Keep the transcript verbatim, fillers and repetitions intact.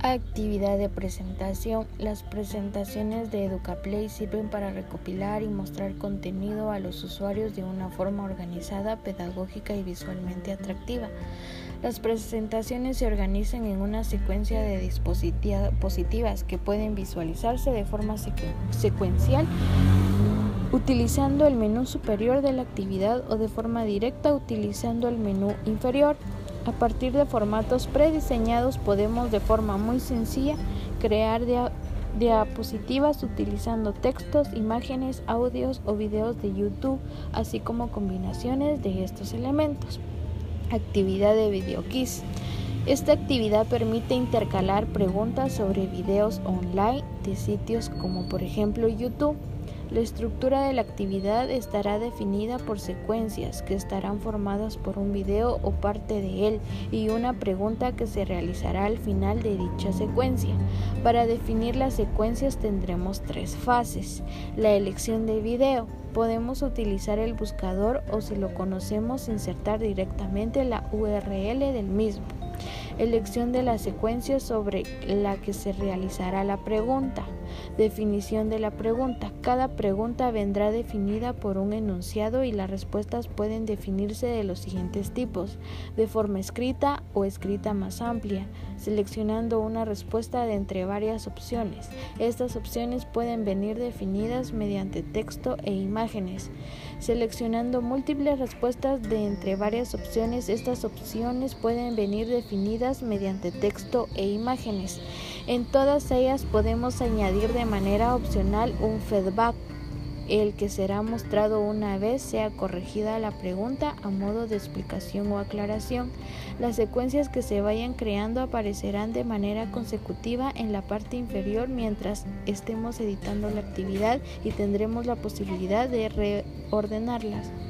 Actividad de presentación. Las presentaciones de EducaPlay sirven para recopilar y mostrar contenido a los usuarios de una forma organizada, pedagógica y visualmente atractiva. Las presentaciones se organizan en una secuencia de diapositivas que pueden visualizarse de forma secu- secuencial utilizando el menú superior de la actividad o de forma directa utilizando el menú inferior. A partir de formatos prediseñados podemos de forma muy sencilla crear dia- diapositivas utilizando textos, imágenes, audios o videos de YouTube, así como combinaciones de estos elementos. Actividad de VideoQuiz. Esta actividad permite intercalar preguntas sobre videos online de sitios como por ejemplo YouTube. La estructura de la actividad estará definida por secuencias que estarán formadas por un video o parte de él y una pregunta que se realizará al final de dicha secuencia. Para definir las secuencias tendremos tres fases. La elección de video. Podemos utilizar el buscador o, si lo conocemos, insertar directamente la U R L del mismo. Elección de la secuencia sobre la que se realizará la pregunta. Definición de la pregunta. Cada pregunta vendrá definida por un enunciado y las respuestas pueden definirse de los siguientes tipos: de forma escrita o escrita más amplia, seleccionando una respuesta de entre varias opciones. Estas opciones pueden venir definidas mediante texto e imágenes. Seleccionando múltiples respuestas de entre varias opciones, estas opciones pueden venir definidas mediante texto e imágenes. En todas ellas podemos añadir de manera opcional un feedback, el que será mostrado una vez sea corregida la pregunta a modo de explicación o aclaración. Las secuencias que se vayan creando aparecerán de manera consecutiva en la parte inferior mientras estemos editando la actividad y tendremos la posibilidad de reordenarlas.